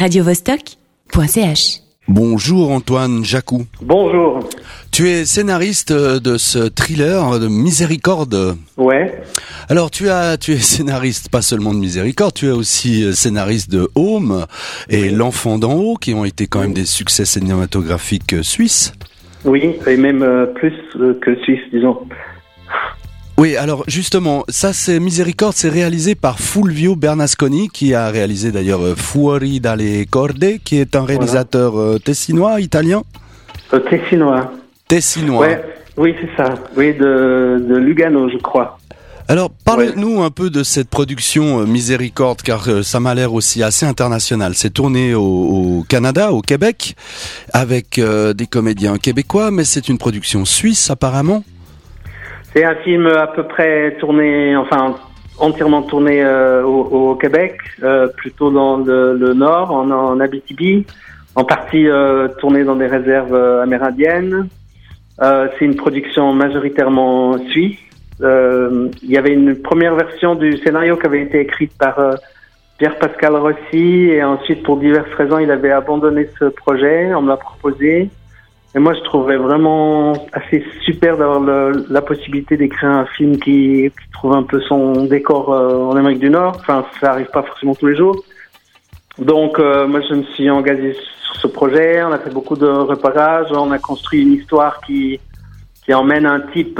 radiovostok.ch. Bonjour Antoine Jacou. Bonjour. Tu es scénariste de ce thriller de Miséricorde. Ouais. Alors tu es scénariste pas seulement de Miséricorde, tu es aussi scénariste de Home et L'Enfant d'en haut, qui ont été quand même des succès cinématographiques suisses. Oui, et même plus que suisse, disons. Oui, alors justement, ça c'est Miséricorde, c'est réalisé par Fulvio Bernasconi, qui a réalisé d'ailleurs Fuori dalle corde, qui est un réalisateur tessinois, italien. Tessinois. Tessinois. Ouais, oui, c'est ça. Oui, de Lugano, je crois. Alors, parle-nous un peu de cette production Miséricorde, car ça m'a l'air aussi assez international. C'est tourné au Canada, au Québec, avec des comédiens québécois, mais c'est une production suisse apparemment. C'est un film à peu près entièrement tourné au Québec, plutôt dans le nord, en Abitibi, en partie tourné dans des réserves amérindiennes. C'est une production majoritairement suisse. Il y avait une première version du scénario qui avait été écrite par Pierre-Pascal Rossi, et ensuite, pour diverses raisons, il avait abandonné ce projet. On me l'a proposé. Et moi, je trouverais vraiment assez super d'avoir la possibilité d'écrire un film qui trouve un peu son décor en Amérique du Nord. Enfin, ça arrive pas forcément tous les jours. Donc, moi, je me suis engagé sur ce projet. On a fait beaucoup de repérages. On a construit une histoire qui emmène un type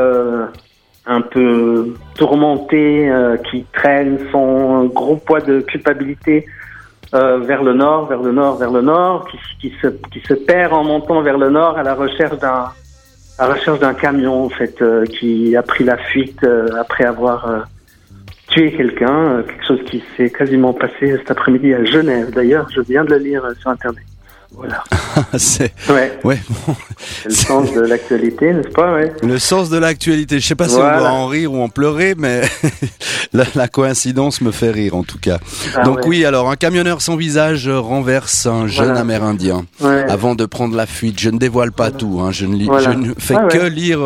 un peu tourmenté, qui traîne son gros poids de culpabilité vers le nord, qui se perd en montant vers le nord à la recherche d'un camion, en fait, qui a pris la fuite après avoir tué quelqu'un, quelque chose qui s'est quasiment passé cet après-midi à Genève. D'ailleurs, je viens de le lire sur Internet. Voilà. C'est bon. C'est le sens de l'actualité, n'est-ce pas? Ouais. Le sens de l'actualité. Je sais pas si on doit en rire ou en pleurer, mais la coïncidence me fait rire en tout cas. Donc oui, alors un camionneur sans visage renverse un jeune Amérindien avant de prendre la fuite. Je ne dévoile pas tout, hein. Je ne fais que lire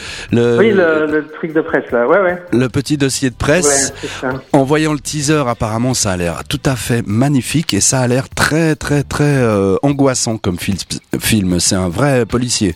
le truc de presse là. Le petit dossier de presse. En voyant le teaser, apparemment ça a l'air tout à fait magnifique et ça a l'air très très très angoissant comme film. C'est un vrai policier.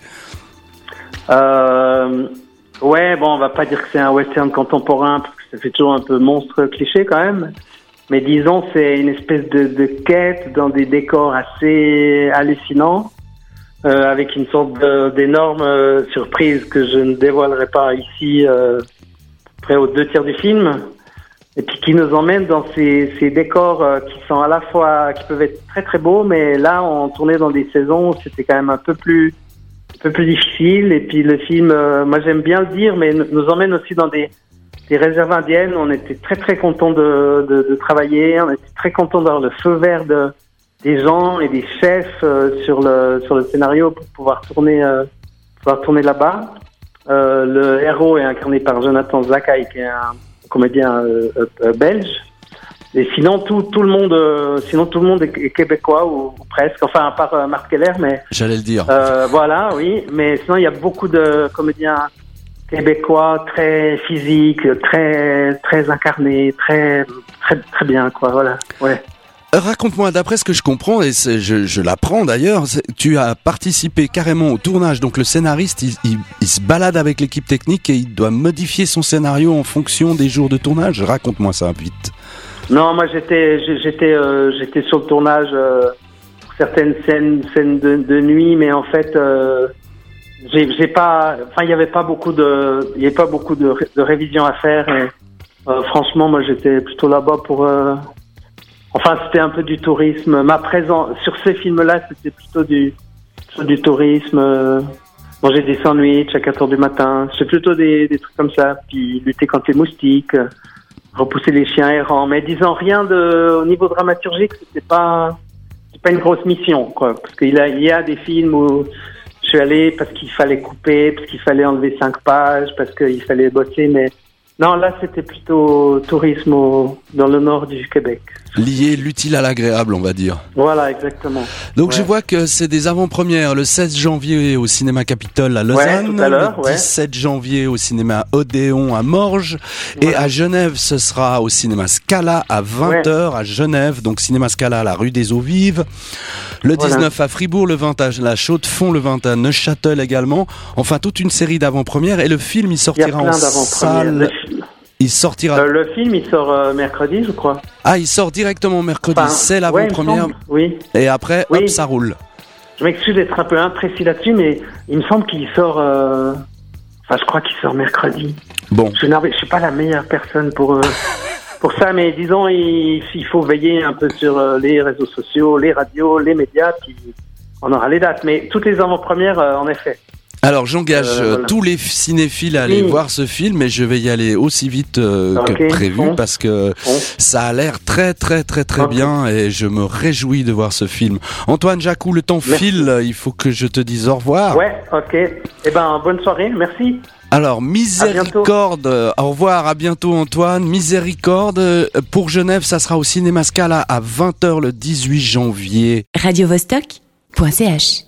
On va pas dire que c'est un western contemporain parce que ça fait toujours un peu monstre cliché quand même. Mais disons, c'est une espèce de quête dans des décors assez hallucinants, avec une sorte d'énorme surprise que je ne dévoilerai pas ici, près aux 2/3 du film. Et puis qui nous emmène dans ces décors qui sont à la fois, qui peuvent être très très beaux, mais là on tournait dans des saisons où c'était quand même un peu plus difficile. Et puis le film, moi j'aime bien le dire, mais nous emmène aussi dans des réserves indiennes. On était très très contents de travailler, on était très contents d'avoir le feu vert des gens et des chefs sur le scénario pour pouvoir tourner là-bas. Le héros est incarné par Jonathan Zakai, qui est un comédien belge, et sinon tout le monde est québécois ou presque, enfin à part Marc Keller, mais j'allais le dire. Oui, mais sinon il y a beaucoup de comédiens québécois très physiques, très très incarnés, très très très bien quoi, voilà. Ouais. Raconte-moi, d'après ce que je comprends, et je l'apprends d'ailleurs, tu as participé carrément au tournage, donc le scénariste, il se balade avec l'équipe technique et il doit modifier son scénario en fonction des jours de tournage. Raconte-moi ça vite. Non, moi j'étais sur le tournage pour certaines scènes de nuit, mais en fait, il y avait pas beaucoup de révisions à faire. Et, franchement, moi j'étais plutôt là-bas pour c'était un peu du tourisme. Ma présence sur ces films-là, c'était plutôt du tourisme. Manger des sandwichs à 4h du matin. C'est plutôt des trucs comme ça. Puis lutter contre les moustiques, repousser les chiens errants. Mais disons rien au niveau dramaturgique, c'est pas une grosse mission, quoi. Parce qu'il y a des films où je suis allé parce qu'il fallait couper, parce qu'il fallait enlever 5 pages, parce qu'il fallait bosser. Mais non, là, c'était plutôt tourisme dans le nord du Québec. Lier l'utile à l'agréable, on va dire. Voilà, exactement. Donc je vois que c'est des avant-premières le 16 janvier au cinéma Capitole à Lausanne, tout à l'heure, le 17 janvier au cinéma Odéon à Morges, et à Genève ce sera au cinéma Scala à 20h à Genève, donc cinéma Scala à la rue des Eaux Vives. Le 19 à Fribourg, le 20 à la Chaux-de-Fonds, le 20 à Neuchâtel également. Enfin toute une série d'avant-premières, et le film il sortira en salle. Il sortira. Le film, il sort mercredi, je crois. Ah, il sort directement mercredi. C'est l'avant-première. Oui. Et après, hop, ça roule. Je m'excuse d'être un peu imprécis là-dessus, mais il me semble qu'il sort. Enfin, je crois qu'il sort mercredi. Bon. Je suis pas la meilleure personne pour ça, mais disons, il faut veiller un peu sur les réseaux sociaux, les radios, les médias, puis on aura les dates. Mais toutes les avant-premières, en effet. Alors j'engage tous les cinéphiles à aller voir ce film, et je vais y aller aussi vite que prévu parce que ça a l'air très très très très bien, et je me réjouis de voir ce film. Antoine Jacou, le temps file, il faut que je te dise au revoir. Ouais, ok. Eh ben bonne soirée, merci. Alors, Miséricorde, au revoir, à bientôt Antoine. Miséricorde, pour Genève, ça sera au Cinéma Scala à 20h le 18 janvier. radiovostok.ch